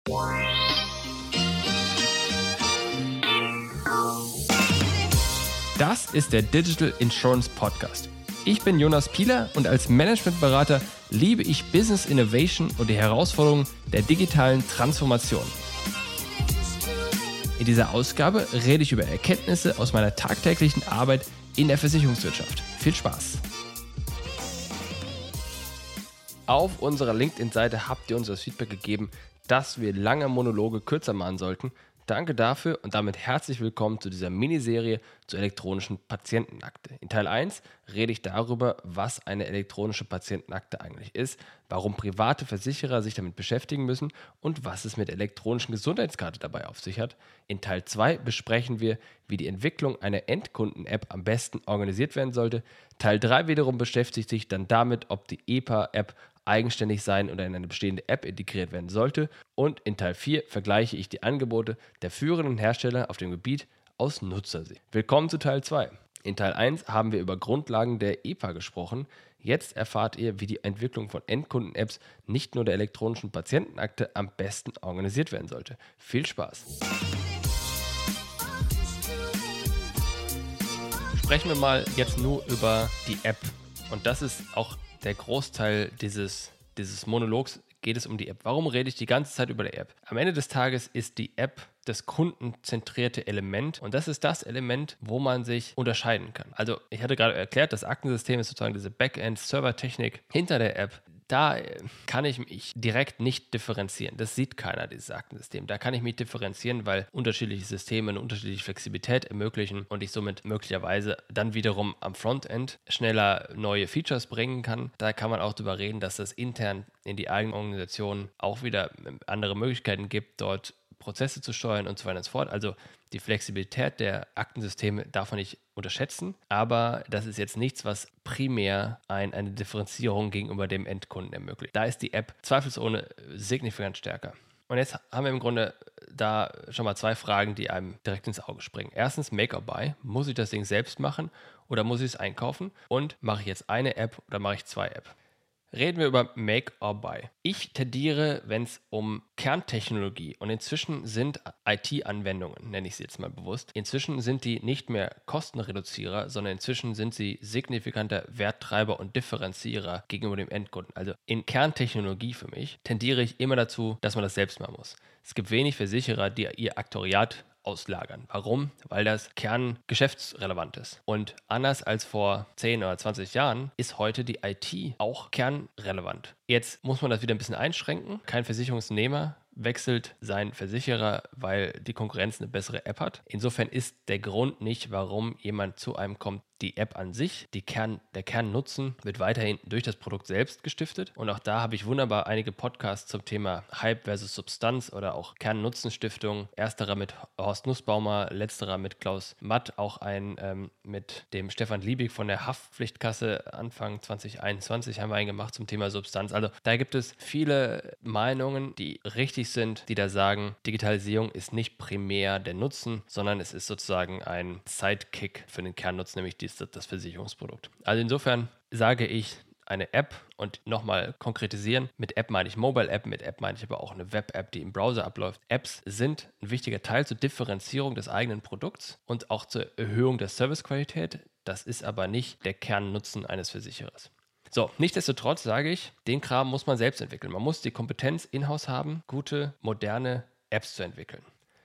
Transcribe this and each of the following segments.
Das ist der Digital Insurance Podcast. Ich bin Jonas Pieler und als Managementberater liebe ich Business Innovation und die Herausforderungen der digitalen Transformation. In dieser Ausgabe rede ich über Erkenntnisse aus meiner tagtäglichen Arbeit in der Versicherungswirtschaft. Viel Spaß! Auf unserer LinkedIn-Seite habt ihr uns das Feedback gegeben, dass wir lange Monologe kürzer machen sollten. Danke dafür und damit herzlich willkommen zu dieser Miniserie zur elektronischen Patientenakte. In Teil 1 rede ich darüber, was eine elektronische Patientenakte eigentlich ist, warum private Versicherer sich damit beschäftigen müssen und was es mit der elektronischen Gesundheitskarte dabei auf sich hat. In Teil 2 besprechen wir, wie die Entwicklung einer Endkunden-App am besten organisiert werden sollte. Teil 3 wiederum beschäftigt sich dann damit, ob die EPA-App eigenständig sein oder in eine bestehende App integriert werden sollte. Und in Teil 4 vergleiche ich die Angebote der führenden Hersteller auf dem Gebiet aus Nutzersicht. Willkommen zu Teil 2. In Teil 1 haben wir über Grundlagen der EPA gesprochen. Jetzt erfahrt ihr, wie die Entwicklung von Endkunden-Apps nicht nur der elektronischen Patientenakte am besten organisiert werden sollte. Viel Spaß! Sprechen wir mal jetzt nur über die App. Und das ist auch der Großteil dieses Monologs, geht es um die App. Warum rede ich die ganze Zeit über die App? Am Ende des Tages ist die App das kundenzentrierte Element und das ist das Element, wo man sich unterscheiden kann. Also ich hatte gerade erklärt, das Aktensystem ist sozusagen diese Backend-Server-Technik hinter der App. Da kann ich mich direkt nicht differenzieren. Das sieht keiner, dieses Aktensystem. Da kann ich mich differenzieren, weil unterschiedliche Systeme eine unterschiedliche Flexibilität ermöglichen und ich somit möglicherweise dann wiederum am Frontend schneller neue Features bringen kann. Da kann man auch darüber reden, dass es intern in die eigene Organisation auch wieder andere Möglichkeiten gibt, dort Prozesse zu steuern und so weiter und so fort. Also die Flexibilität der Aktensysteme darf man nicht unterschätzen, aber das ist jetzt nichts, was primär eine Differenzierung gegenüber dem Endkunden ermöglicht. Da ist die App zweifelsohne signifikant stärker. Und jetzt haben wir im Grunde da schon mal zwei Fragen, die einem direkt ins Auge springen. Erstens, Make or Buy. Muss ich das Ding selbst machen oder muss ich es einkaufen? Und mache ich jetzt eine App oder mache ich zwei Apps? Reden wir über Make or Buy. Ich tendiere, wenn es um Kerntechnologie und inzwischen sind IT-Anwendungen, nenne ich sie jetzt mal bewusst, inzwischen sind die nicht mehr Kostenreduzierer, sondern inzwischen sind sie signifikanter Werttreiber und Differenzierer gegenüber dem Endkunden. Also in Kerntechnologie für mich tendiere ich immer dazu, dass man das selbst machen muss. Es gibt wenig Versicherer, die ihr Aktuariat auslagern. Warum? Weil das kerngeschäftsrelevant ist. Und anders als vor 10 oder 20 Jahren ist heute die IT auch kernrelevant. Jetzt muss man das wieder ein bisschen einschränken. Kein Versicherungsnehmer wechselt seinen Versicherer, weil die Konkurrenz eine bessere App hat. Insofern ist der Grund nicht, warum jemand zu einem kommt, die App an sich, der Kernnutzen wird weiterhin durch das Produkt selbst gestiftet. Und auch da habe ich wunderbar einige Podcasts zum Thema Hype versus Substanz oder auch Kernnutzensstiftung. Ersterer mit Horst Nussbaumer, letzterer mit Klaus Matt, auch ein mit dem Stefan Liebig von der Haftpflichtkasse Anfang 2021 haben wir einen gemacht zum Thema Substanz. Also da gibt es viele Meinungen, die richtig sind, die da sagen, Digitalisierung ist nicht primär der Nutzen, sondern es ist sozusagen ein Sidekick für den Kernnutzen, nämlich das Versicherungsprodukt. Also insofern sage ich eine App und nochmal konkretisieren. Mit App meine ich Mobile-App, mit App meine ich aber auch eine Web-App, die im Browser abläuft. Apps sind ein wichtiger Teil zur Differenzierung des eigenen Produkts und auch zur Erhöhung der Servicequalität. Das ist aber nicht der Kernnutzen eines Versicherers. So, nichtsdestotrotz sage ich, den Kram muss man selbst entwickeln. Man muss die Kompetenz in-house haben, gute, moderne Apps zu entwickeln.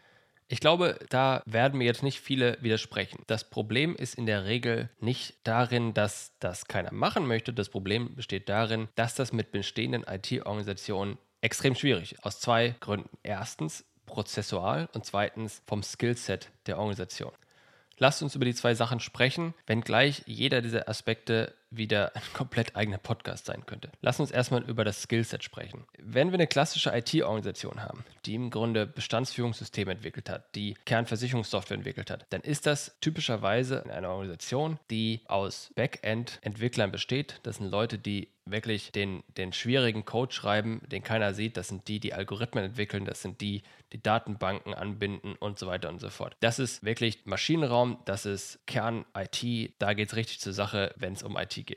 Ich glaube, da werden mir jetzt nicht viele widersprechen. Das Problem ist in der Regel nicht darin, dass das keiner machen möchte. Das Problem besteht darin, dass das mit bestehenden IT-Organisationen extrem schwierig ist. Aus zwei Gründen. Erstens prozessual und zweitens vom Skillset der Organisation. Lasst uns über die zwei Sachen sprechen, wenngleich jeder dieser Aspekte wieder ein komplett eigener Podcast sein könnte. Lass uns erstmal über das Skillset sprechen. Wenn wir eine klassische IT-Organisation haben, die im Grunde Bestandsführungssysteme entwickelt hat, die Kernversicherungssoftware entwickelt hat, dann ist das typischerweise eine Organisation, die aus Backend-Entwicklern besteht. Das sind Leute, die wirklich den schwierigen Code schreiben, den keiner sieht. Das sind die Algorithmen entwickeln, das sind die Datenbanken anbinden und so weiter und so fort. Das ist wirklich Maschinenraum, das ist Kern-IT, da geht es richtig zur Sache, wenn es um IT geht.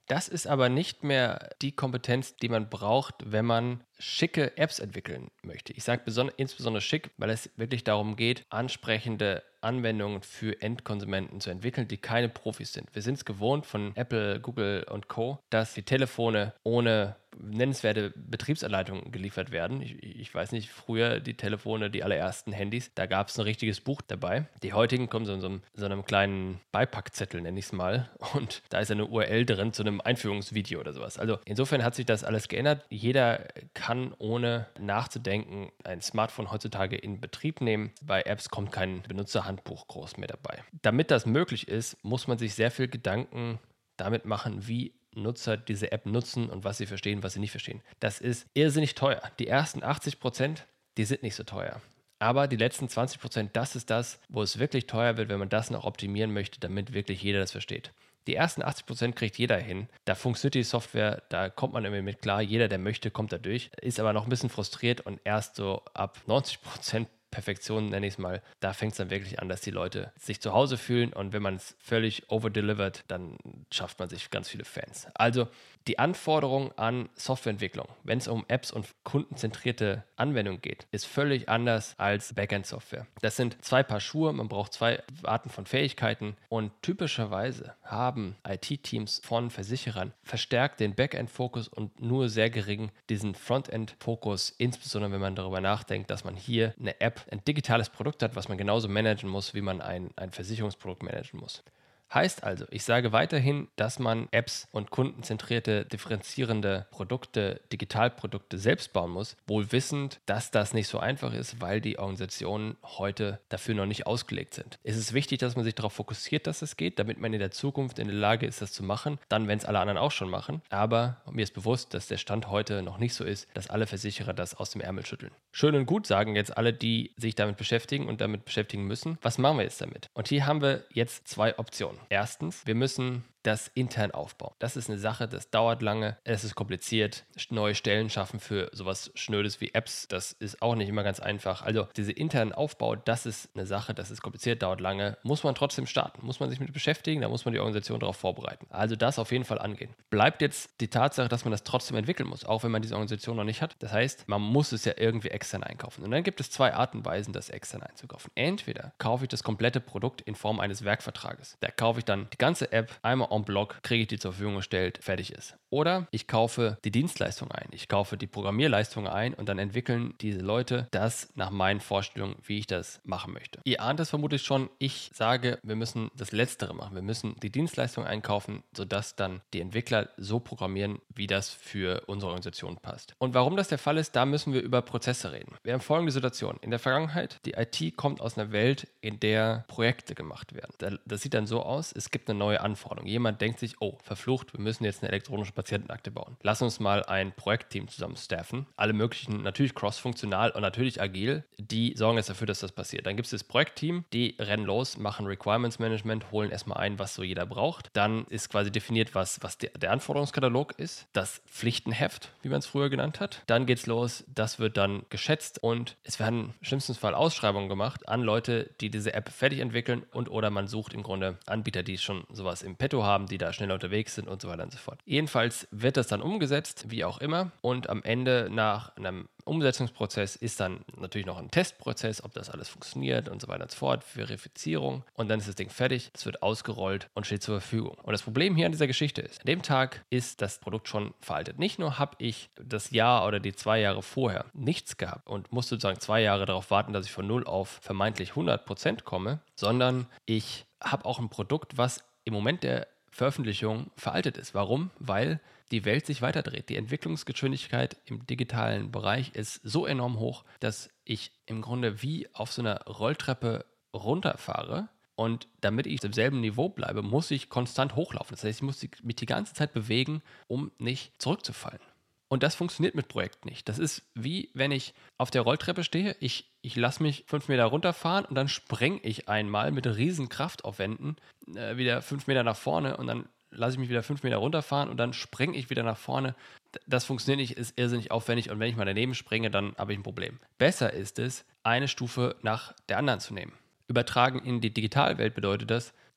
Das ist aber nicht mehr die Kompetenz, die man braucht, wenn man schicke Apps entwickeln möchte. Ich sage insbesondere schick, weil es wirklich darum geht, ansprechende Anwendungen für Endkonsumenten zu entwickeln, die keine Profis sind. Wir sind es gewohnt von Apple, Google und Co., dass die Telefone ohne nennenswerte Betriebsanleitungen geliefert werden. Ich weiß nicht, früher die Telefone, die allerersten Handys, da gab es ein richtiges Buch dabei. Die heutigen kommen so einem kleinen Beipackzettel, nenne ich es mal. Und da ist eine URL drin zu einem Einführungsvideo oder sowas. Also insofern hat sich das alles geändert. Jeder kann ohne nachzudenken ein Smartphone heutzutage in Betrieb nehmen. Bei Apps kommt kein Benutzerhandbuch groß mehr dabei. Damit das möglich ist, muss man sich sehr viel Gedanken damit machen, wie Nutzer diese App nutzen und was sie verstehen, was sie nicht verstehen. Das ist irrsinnig teuer. Die ersten 80%, die sind nicht so teuer. Aber die letzten 20%, das ist das, wo es wirklich teuer wird, wenn man das noch optimieren möchte, damit wirklich jeder das versteht. Die ersten 80% kriegt jeder hin. Da funktioniert die Software, da kommt man irgendwie mit klar. Jeder, der möchte, kommt da durch. Ist aber noch ein bisschen frustriert und erst so ab 90% Perfektion, nenne ich es mal, da fängt es dann wirklich an, dass die Leute sich zu Hause fühlen und wenn man es völlig overdelivert, dann schafft man sich ganz viele Fans. Also die Anforderung an Softwareentwicklung, wenn es um Apps und kundenzentrierte Anwendungen geht, ist völlig anders als Backend-Software. Das sind zwei Paar Schuhe, man braucht zwei Arten von Fähigkeiten und typischerweise haben IT-Teams von Versicherern verstärkt den Backend-Fokus und nur sehr gering diesen Frontend-Fokus, insbesondere wenn man darüber nachdenkt, dass man hier eine App, ein digitales Produkt hat, was man genauso managen muss, wie man ein Versicherungsprodukt managen muss. Heißt also, ich sage weiterhin, dass man Apps und kundenzentrierte, differenzierende Produkte, Digitalprodukte selbst bauen muss, wohl wissend, dass das nicht so einfach ist, weil die Organisationen heute dafür noch nicht ausgelegt sind. Es ist wichtig, dass man sich darauf fokussiert, dass es geht, damit man in der Zukunft in der Lage ist, das zu machen, dann, wenn es alle anderen auch schon machen. Aber mir ist bewusst, dass der Stand heute noch nicht so ist, dass alle Versicherer das aus dem Ärmel schütteln. Schön und gut sagen jetzt alle, die sich damit beschäftigen und damit beschäftigen müssen. Was machen wir jetzt damit? Und hier haben wir jetzt zwei Optionen. Erstens, wir müssen das intern aufbauen. Das ist eine Sache, das dauert lange, es ist kompliziert. Neue Stellen schaffen für sowas Schnödes wie Apps, das ist auch nicht immer ganz einfach. Also diese internen Aufbau, das ist eine Sache, das ist kompliziert, dauert lange, muss man trotzdem starten, muss man sich mit beschäftigen, da muss man die Organisation darauf vorbereiten. Also das auf jeden Fall angehen. Bleibt jetzt die Tatsache, dass man das trotzdem entwickeln muss, auch wenn man diese Organisation noch nicht hat. Das heißt, man muss es ja irgendwie extern einkaufen. Und dann gibt es zwei Arten und Weisen, das extern einzukaufen. Entweder kaufe ich das komplette Produkt in Form eines Werkvertrages. Da kaufe ich dann die ganze App einmal en bloc, kriege ich die zur Verfügung gestellt, fertig ist. Oder ich kaufe die Dienstleistung ein, ich kaufe die Programmierleistung ein und dann entwickeln diese Leute das nach meinen Vorstellungen, wie ich das machen möchte. Ihr ahnt es vermutlich schon, ich sage, wir müssen das Letztere machen. Wir müssen die Dienstleistung einkaufen, sodass dann die Entwickler so programmieren, wie das für unsere Organisation passt. Und warum das der Fall ist, da müssen wir über Prozesse reden. Wir haben folgende Situation. In der Vergangenheit, die IT kommt aus einer Welt, in der Projekte gemacht werden. Das sieht dann so aus, es gibt eine neue Anforderung. Jemand denkt sich, oh, verflucht, wir müssen jetzt eine elektronische Patientenakte bauen. Lass uns mal ein Projektteam zusammen staffen. Alle möglichen, natürlich cross-funktional und natürlich agil, die sorgen jetzt dafür, dass das passiert. Dann gibt es das Projektteam, die rennen los, machen Requirements Management, holen erstmal ein, was so jeder braucht. Dann ist quasi definiert, was der Anforderungskatalog ist, das Pflichtenheft, wie man es früher genannt hat. Dann geht's los, das wird dann geschätzt und es werden im schlimmsten Fall Ausschreibungen gemacht an Leute, die diese App fertig entwickeln und oder man sucht im Grunde Anbieter, die schon sowas im Petto haben, die da schneller unterwegs sind und so weiter und so fort. Jedenfalls wird das dann umgesetzt, wie auch immer. Und am Ende nach einem Umsetzungsprozess ist dann natürlich noch ein Testprozess, ob das alles funktioniert und so weiter und so fort, Verifizierung und dann ist das Ding fertig, es wird ausgerollt und steht zur Verfügung. Und das Problem hier an dieser Geschichte ist, an dem Tag ist das Produkt schon veraltet. Nicht nur habe ich das Jahr oder die 2 Jahre vorher nichts gehabt und musste sozusagen 2 Jahre darauf warten, dass ich von 0 auf vermeintlich 100% komme, sondern ich habe auch ein Produkt, was im Moment der Veröffentlichung veraltet ist. Warum? Weil die Welt sich weiterdreht. Die Entwicklungsgeschwindigkeit im digitalen Bereich ist so enorm hoch, dass ich im Grunde wie auf so einer Rolltreppe runterfahre. Und damit ich auf demselben Niveau bleibe, muss ich konstant hochlaufen. Das heißt, ich muss mich die ganze Zeit bewegen, um nicht zurückzufallen. Und das funktioniert mit Projekten nicht. Das ist wie wenn ich auf der Rolltreppe stehe, ich lasse mich 5 Meter runterfahren und dann spreng ich einmal mit riesen Kraftaufwänden wieder 5 Meter nach vorne und dann lasse ich mich wieder 5 Meter runterfahren und dann springe ich wieder nach vorne. Das funktioniert nicht, ist irrsinnig aufwendig und wenn ich mal daneben springe, dann habe ich ein Problem. Besser ist es, eine Stufe nach der anderen zu nehmen. Übertragen in die Digitalwelt bedeutet das,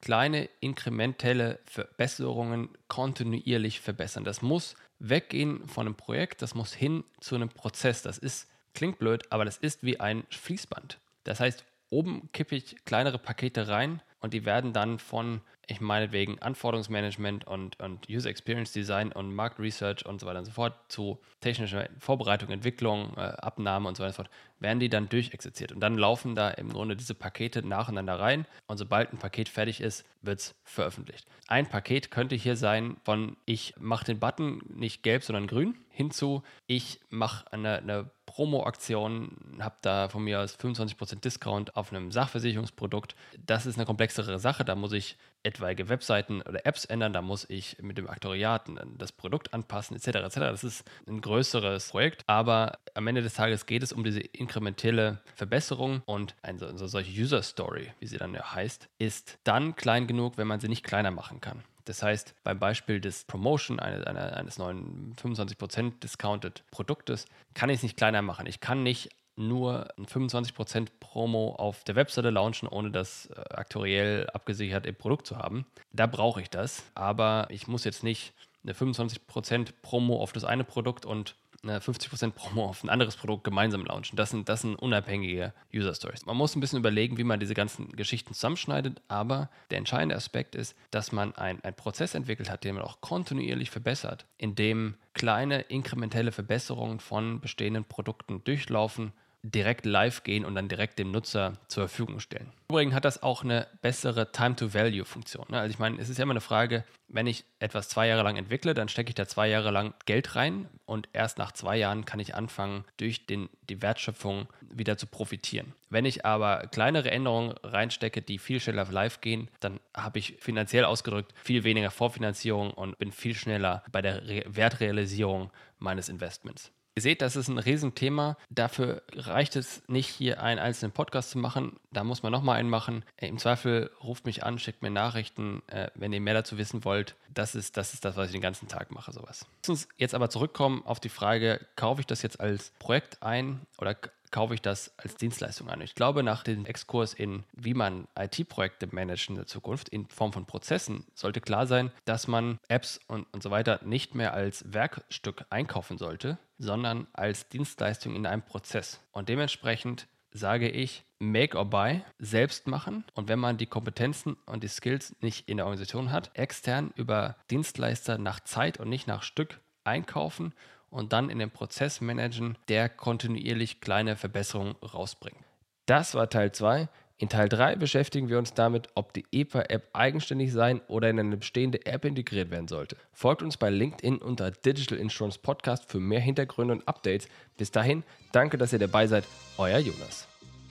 kleine inkrementelle Verbesserungen kontinuierlich verbessern. Das muss weggehen von einem Projekt, das muss hin zu einem Prozess. Klingt blöd, aber das ist wie ein Fließband. Das heißt, oben kippe ich kleinere Pakete rein und die werden dann von, meinetwegen Anforderungsmanagement und User Experience Design und Market Research und so weiter und so fort zu technischer Vorbereitung, Entwicklung, Abnahme und so weiter und so fort, werden die dann durchexerziert. Und dann laufen da im Grunde diese Pakete nacheinander rein und sobald ein Paket fertig ist, wird es veröffentlicht. Ein Paket könnte hier sein von, ich mache den Button nicht gelb, sondern grün, hinzu, ich mache eine Promo-Aktion, habe da von mir aus 25% Discount auf einem Sachversicherungsprodukt. Das ist eine komplexere Sache, da muss ich etwaige Webseiten oder Apps ändern, da muss ich mit dem Aktuariat das Produkt anpassen, etc. etc. Das ist ein größeres Projekt, aber am Ende des Tages geht es um diese inkrementelle Verbesserung und eine solche User-Story, wie sie dann ja heißt, ist dann klein genug, wenn man sie nicht kleiner machen kann. Das heißt, beim Beispiel des Promotion eines neuen 25% Discounted Produktes kann ich es nicht kleiner machen. Ich kann nicht nur ein 25% Promo auf der Webseite launchen, ohne das aktuariell abgesichert im Produkt zu haben. Da brauche ich das, aber ich muss jetzt nicht eine 25% Promo auf das eine Produkt und eine 50% Promo auf ein anderes Produkt gemeinsam launchen. Das sind unabhängige User Stories. Man muss ein bisschen überlegen, wie man diese ganzen Geschichten zusammenschneidet, aber der entscheidende Aspekt ist, dass man einen Prozess entwickelt hat, den man auch kontinuierlich verbessert, in dem kleine inkrementelle Verbesserungen von bestehenden Produkten durchlaufen, direkt live gehen und dann direkt dem Nutzer zur Verfügung stellen. Übrigens hat das auch eine bessere Time-to-Value-Funktion. Also ich meine, es ist ja immer eine Frage, wenn ich etwas 2 Jahre lang entwickle, dann stecke ich da 2 Jahre lang Geld rein und erst nach 2 Jahren kann ich anfangen, durch die Wertschöpfung wieder zu profitieren. Wenn ich aber kleinere Änderungen reinstecke, die viel schneller live gehen, dann habe ich finanziell ausgedrückt viel weniger Vorfinanzierung und bin viel schneller bei der Wertrealisierung meines Investments. Ihr seht, das ist ein Riesenthema. Dafür reicht es nicht, hier einen einzelnen Podcast zu machen. Da muss man nochmal einen machen. Im Zweifel ruft mich an, schickt mir Nachrichten, wenn ihr mehr dazu wissen wollt. Das ist das, was ich den ganzen Tag mache, sowas. Lass uns jetzt aber zurückkommen auf die Frage, kaufe ich das jetzt als Projekt ein oder kaufe ich das als Dienstleistung an? Ich glaube, nach dem Exkurs in, wie man IT-Projekte managt in der Zukunft, in Form von Prozessen, sollte klar sein, dass man Apps und so weiter nicht mehr als Werkstück einkaufen sollte, sondern als Dienstleistung in einem Prozess. Und dementsprechend sage ich, make or buy, selbst machen. Und wenn man die Kompetenzen und die Skills nicht in der Organisation hat, extern über Dienstleister nach Zeit und nicht nach Stück einkaufen und dann in den Prozess managen, der kontinuierlich kleine Verbesserungen rausbringt. Das war Teil 2. In Teil 3 beschäftigen wir uns damit, ob die EPA-App eigenständig sein oder in eine bestehende App integriert werden sollte. Folgt uns bei LinkedIn unter Digital Insurance Podcast für mehr Hintergründe und Updates. Bis dahin, danke, dass ihr dabei seid. Euer Jonas.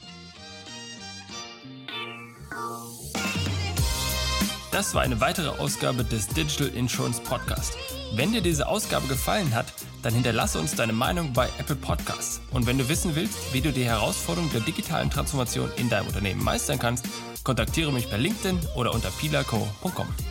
Das war eine weitere Ausgabe des Digital Insurance Podcast. Wenn dir diese Ausgabe gefallen hat, dann hinterlasse uns deine Meinung bei Apple Podcasts. Und wenn du wissen willst, wie du die Herausforderung der digitalen Transformation in deinem Unternehmen meistern kannst, kontaktiere mich per LinkedIn oder unter pilaco.com.